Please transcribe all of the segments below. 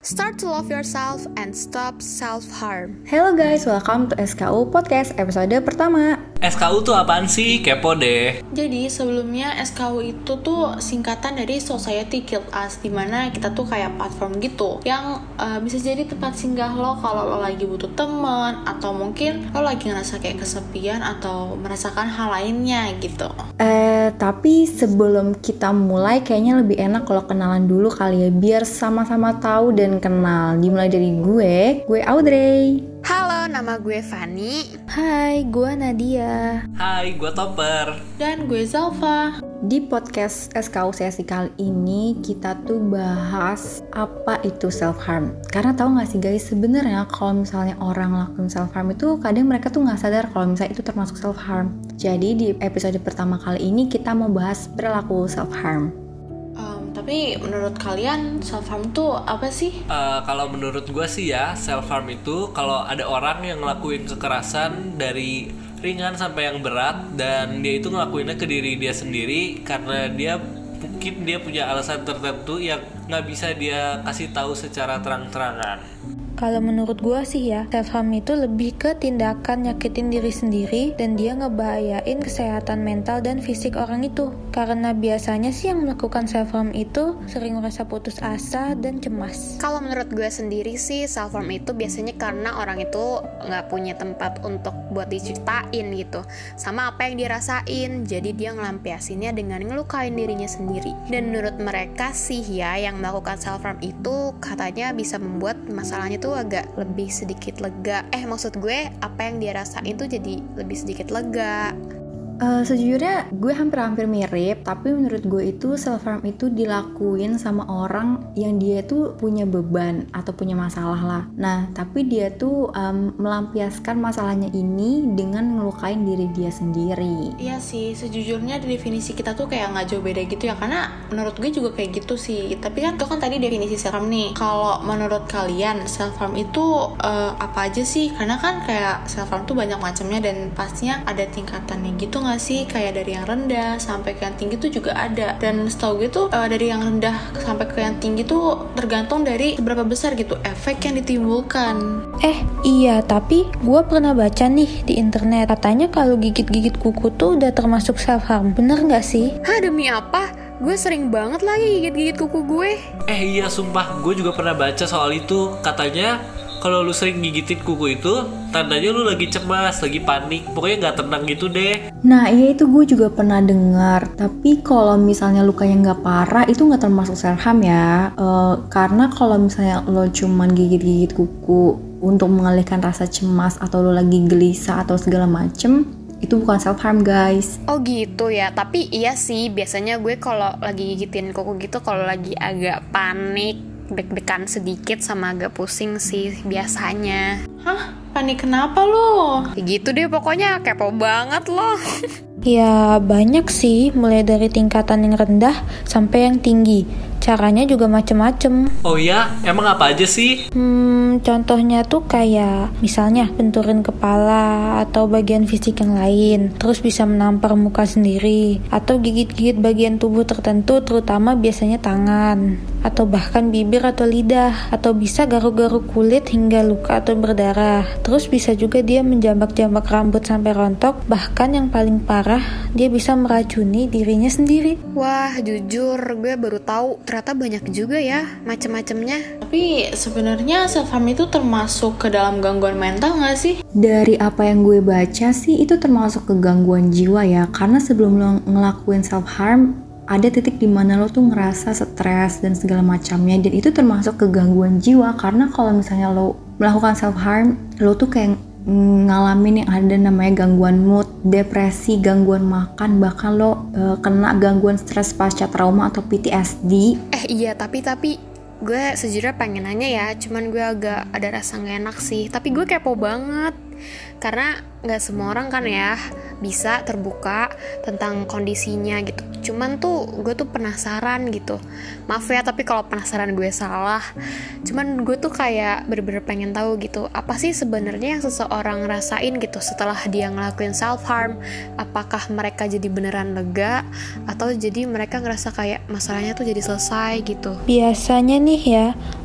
Start to love yourself and stop self-harm. Hello guys, welcome to SKU Podcast episode pertama. SKU tuh apaan sih? Kepo deh. Jadi sebelumnya SKU itu tuh singkatan dari Society Killed Us, dimana kita tuh kayak platform gitu yang bisa jadi tempat singgah lo kalau lo lagi butuh teman, atau mungkin lo lagi ngerasa kayak kesepian atau merasakan hal lainnya gitu. Tapi sebelum kita mulai kayaknya lebih enak kalau kenalan dulu kali ya, biar sama-sama tahu dan kenal. Dimulai dari gue Audrey. Halo, nama gue Fanny. Hai, gue Nadia. Hai, gue Topper. Dan gue Zalfa. Di podcast SKU sesi kali ini kita tuh bahas apa itu self-harm. Karena tahu gak sih guys, sebenarnya kalau misalnya orang lakuin self-harm itu kadang mereka tuh gak sadar kalau misalnya itu termasuk self-harm. Jadi di episode pertama kali ini kita mau bahas perilaku self-harm. Tapi menurut kalian self-harm itu apa sih? Kalau menurut gue sih ya, self-harm itu kalau ada orang yang ngelakuin kekerasan dari ringan sampai yang berat, dan dia itu ngelakuinnya ke diri dia sendiri karena mungkin dia punya alasan tertentu yang nggak bisa dia kasih tahu secara terang-terangan. Kalau menurut gue sih ya, self-harm itu lebih ke tindakan nyakitin diri sendiri dan dia ngebahayain kesehatan mental dan fisik orang itu. Karena biasanya sih yang melakukan self-harm itu sering merasa putus asa dan cemas. Kalau menurut gue sendiri sih, self-harm itu biasanya karena orang itu nggak punya tempat untuk buat diceritain gitu sama apa yang dirasain, jadi dia ngelampiasinnya dengan ngelukain dirinya sendiri. Dan menurut mereka sih ya, yang melakukan self-harm itu katanya bisa membuat masalahnya tuh agak lebih sedikit lega. Maksud gue apa yang dia rasain tuh jadi lebih sedikit lega. Sejujurnya gue hampir mirip, tapi menurut gue itu self-harm itu dilakuin sama orang yang dia tuh punya beban atau punya masalah lah. Nah, tapi dia tuh melampiaskan masalahnya ini dengan ngelukain diri dia sendiri. Iya sih, sejujurnya definisi kita tuh kayak nggak jauh beda gitu ya, karena menurut gue juga kayak gitu sih. Tapi kan itu kan tadi definisi self-harm nih. Kalau menurut kalian self-harm itu apa aja sih? Karena kan kayak self-harm tuh banyak macamnya dan pastinya ada tingkatannya gitu nggak sih? Kayak dari yang rendah sampai ke yang tinggi tuh juga ada. Dan setahu gue tuh dari yang rendah sampai ke yang tinggi tuh tergantung dari seberapa besar gitu efek yang ditimbulkan. Iya, tapi gue pernah baca nih di internet, katanya kalau gigit-gigit kuku tuh udah termasuk self-harm. Bener nggak sih? Demi apa? Gue sering banget lagi gigit-gigit kuku gue. Iya sumpah, gue juga pernah baca soal itu. Katanya kalau lu sering gigitin kuku itu, tandanya lu lagi cemas, lagi panik, pokoknya gak tenang gitu deh. Nah iya, itu gue juga pernah dengar. Tapi kalau misalnya lukanya gak parah, itu gak termasuk self-harm ya. Karena kalau misalnya lo cuman gigit-gigit kuku untuk mengalihkan rasa cemas, atau lo lagi gelisah atau segala macem, itu bukan self-harm guys. Oh gitu ya, tapi iya sih biasanya gue kalau lagi gigitin kuku gitu, kalau lagi agak panik, deg-degan sedikit sama agak pusing sih biasanya. Panik kenapa lo? Ya gitu deh pokoknya, kepo banget lo. Ya banyak sih, mulai dari tingkatan yang rendah sampai yang tinggi. Caranya juga macem-macem. Oh ya, emang apa aja sih? Contohnya tuh kayak misalnya benturin kepala atau bagian fisik yang lain, terus bisa menampar muka sendiri, atau gigit-gigit bagian tubuh tertentu, terutama biasanya tangan, atau bahkan bibir atau lidah, atau bisa garuk-garuk kulit hingga luka atau berdarah. Terus bisa juga dia menjambak-jambak rambut sampai rontok, bahkan yang paling parah dia bisa meracuni dirinya sendiri. Wah, jujur gue baru tahu ternyata banyak juga ya macam-macamnya. Tapi sebenarnya self-harm itu termasuk ke dalam gangguan mental nggak sih? Dari apa yang gue baca sih, itu termasuk ke gangguan jiwa ya. Karena sebelum lo ngelakuin self-harm, ada titik dimana lo tuh ngerasa stres dan segala macamnya, dan itu termasuk ke gangguan jiwa. Karena kalau misalnya lo melakukan self-harm, lo tuh kayak ngalamin yang ada namanya gangguan mood, depresi, gangguan makan, bahkan lo kena gangguan stres pasca trauma atau PTSD. Iya, tapi gue sejujurnya pengen nanya ya, cuman gue agak ada rasa gak enak sih. Tapi gue kepo banget, karena gak semua orang kan ya bisa terbuka tentang kondisinya gitu. Cuman tuh gue tuh penasaran gitu. Maaf ya, tapi kalau penasaran gue salah. Cuman gue tuh kayak bener-bener pengen tahu gitu, apa sih sebenarnya yang seseorang rasain gitu setelah dia ngelakuin self-harm. Apakah mereka jadi beneran lega, atau jadi mereka ngerasa kayak masalahnya tuh jadi selesai gitu. Biasanya nih ya,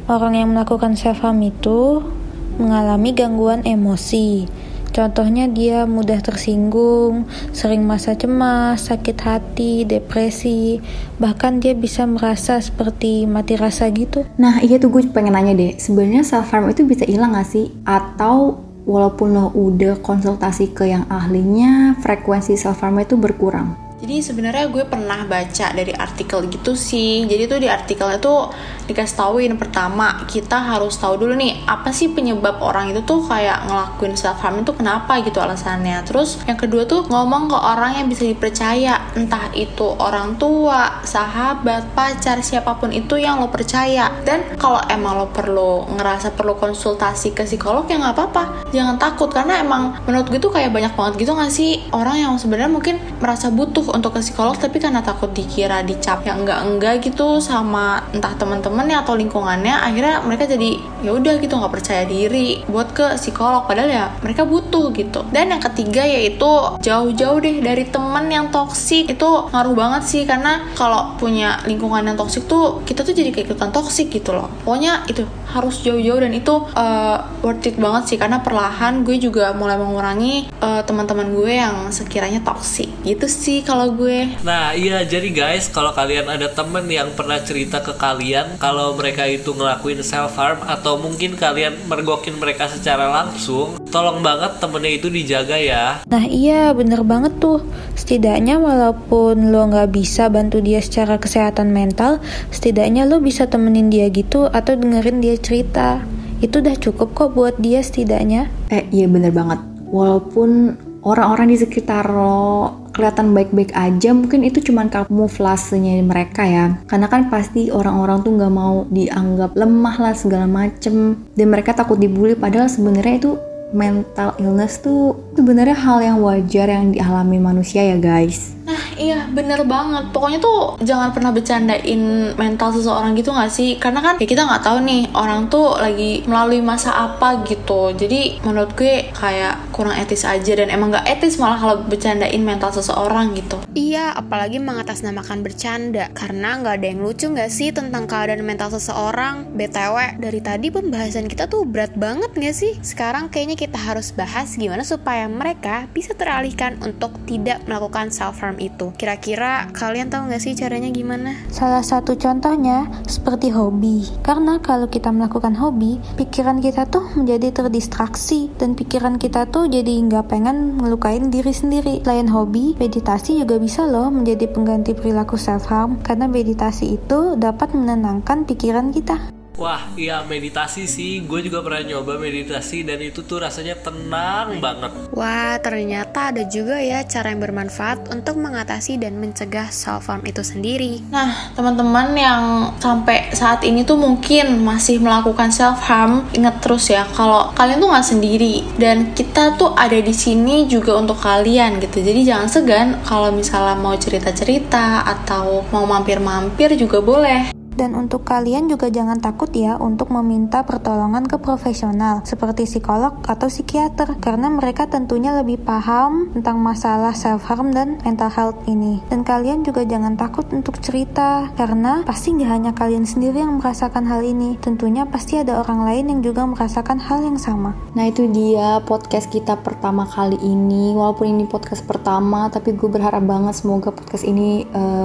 orang yang melakukan self-harm itu mengalami gangguan emosi. Contohnya dia mudah tersinggung, sering merasa cemas, sakit hati, depresi, bahkan dia bisa merasa seperti mati rasa gitu. Nah iya tuh gue pengen nanya deh, sebenarnya self-harm itu bisa hilang gak sih? Atau walaupun lo udah konsultasi ke yang ahlinya, frekuensi self-harm itu berkurang? Jadi sebenarnya gue pernah baca dari artikel gitu sih. Jadi tuh di artikelnya tuh dikasih tauin, pertama kita harus tahu dulu nih apa sih penyebab orang itu tuh kayak ngelakuin self harm itu kenapa gitu alasannya. Terus yang kedua tuh ngomong ke orang yang bisa dipercaya, entah itu orang tua, sahabat, pacar, siapapun itu yang lo percaya. Dan kalau emang lo ngerasa perlu konsultasi ke psikolog ya nggak apa-apa, jangan takut, karena emang menurut gue tuh kayak banyak banget gitu nggak sih orang yang sebenarnya mungkin merasa butuh untuk ke psikolog tapi karena takut dikira dicap yang enggak gitu sama entah teman-temannya atau lingkungannya, akhirnya mereka jadi ya udah gitu nggak percaya diri buat ke psikolog, padahal ya mereka butuh gitu. Dan yang ketiga yaitu jauh-jauh deh dari teman yang toksik. Itu ngaruh banget sih, karena kalau punya lingkungan yang toksik tuh kita tuh jadi kayak ikutan toksik gitu loh. Pokoknya itu harus jauh-jauh, dan itu worth it banget sih, karena perlahan gue juga mulai mengurangi teman-teman gue yang sekiranya toksik gitu sih kalau gue. Nah iya, jadi guys, kalau kalian ada temen yang pernah cerita ke kalian kalau mereka itu ngelakuin self harm, atau mungkin kalian mergokin mereka secara langsung, tolong banget temennya itu dijaga ya. Nah iya, bener banget tuh. Setidaknya walaupun lo gak bisa bantu dia secara kesehatan mental, setidaknya lo bisa temenin dia gitu atau dengerin dia cerita. Itu udah cukup kok buat dia setidaknya. Iya bener banget. Walaupun orang-orang di sekitar lo kelihatan baik-baik aja, mungkin itu cuman kamuflasenya mereka ya. Karena kan pasti orang-orang tuh nggak mau dianggap lemah lah segala macem, dan mereka takut dibully. Padahal sebenarnya itu mental illness tuh sebenarnya hal yang wajar yang dialami manusia ya guys. Nah iya bener banget, pokoknya tuh jangan pernah bercandain mental seseorang gitu gak sih, karena kan ya kita gak tahu nih orang tuh lagi melalui masa apa gitu. Jadi menurut gue kayak kurang etis aja, dan emang gak etis malah kalau bercandain mental seseorang gitu. Iya, apalagi mengatasnamakan bercanda, karena gak ada yang lucu gak sih tentang keadaan mental seseorang. BTW, dari tadi pembahasan kita tuh berat banget gak sih? Sekarang kayaknya kita harus bahas gimana supaya mereka bisa teralihkan untuk tidak melakukan self-harm itu. Kira-kira kalian tahu gak sih caranya gimana? Salah satu contohnya seperti hobi. Karena kalau kita melakukan hobi, pikiran kita tuh menjadi terdistraksi, dan pikiran kita tuh jadi nggak pengen ngelukain diri sendiri. Selain hobi, meditasi juga bisa loh menjadi pengganti perilaku self-harm, karena meditasi itu dapat menenangkan pikiran kita. Wah iya, meditasi sih, gue juga pernah nyoba meditasi dan itu tuh rasanya tenang banget. Wah, ternyata ada juga ya cara yang bermanfaat untuk mengatasi dan mencegah self-harm itu sendiri. Nah, teman-teman yang sampai saat ini tuh mungkin masih melakukan self-harm, ingat terus ya kalau kalian tuh nggak sendiri, dan kita tuh ada di sini juga untuk kalian gitu. Jadi jangan segan kalau misalnya mau cerita-cerita atau mau mampir-mampir juga boleh. Dan untuk kalian juga jangan takut ya untuk meminta pertolongan ke profesional seperti psikolog atau psikiater, karena mereka tentunya lebih paham tentang masalah self-harm dan mental health ini. Dan kalian juga jangan takut untuk cerita, karena pasti gak hanya kalian sendiri yang merasakan hal ini, tentunya pasti ada orang lain yang juga merasakan hal yang sama. Nah itu dia podcast kita pertama kali ini. Walaupun ini podcast pertama, tapi gue berharap banget semoga podcast ini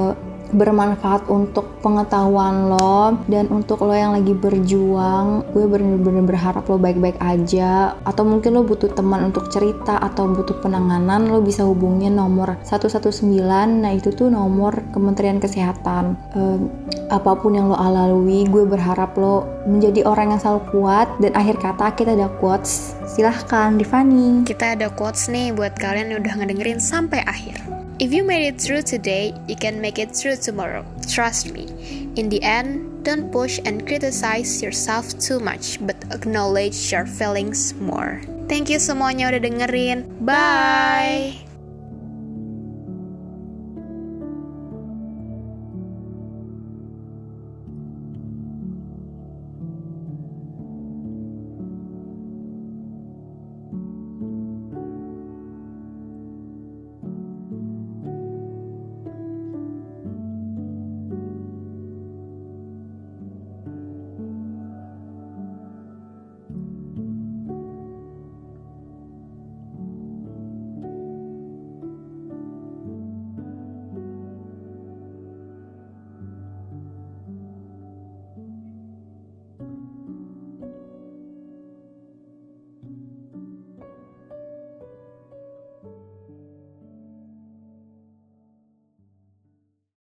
bermanfaat untuk pengetahuan lo, dan untuk lo yang lagi berjuang. Gue bener-bener berharap lo baik-baik aja, atau mungkin lo butuh teman untuk cerita atau butuh penanganan, lo bisa hubungin nomor 119. Nah itu tuh nomor Kementerian Kesehatan. Apapun yang lo lalui, gue berharap lo menjadi orang yang selalu kuat. Dan akhir kata kita ada quotes, silahkan Divani. Kita ada quotes nih buat kalian yang udah ngedengerin sampai akhir. If you made it through today, you can make it through tomorrow. Trust me. In the end, don't push and criticize yourself too much, but acknowledge your feelings more. Thank you semuanya udah dengerin. Bye!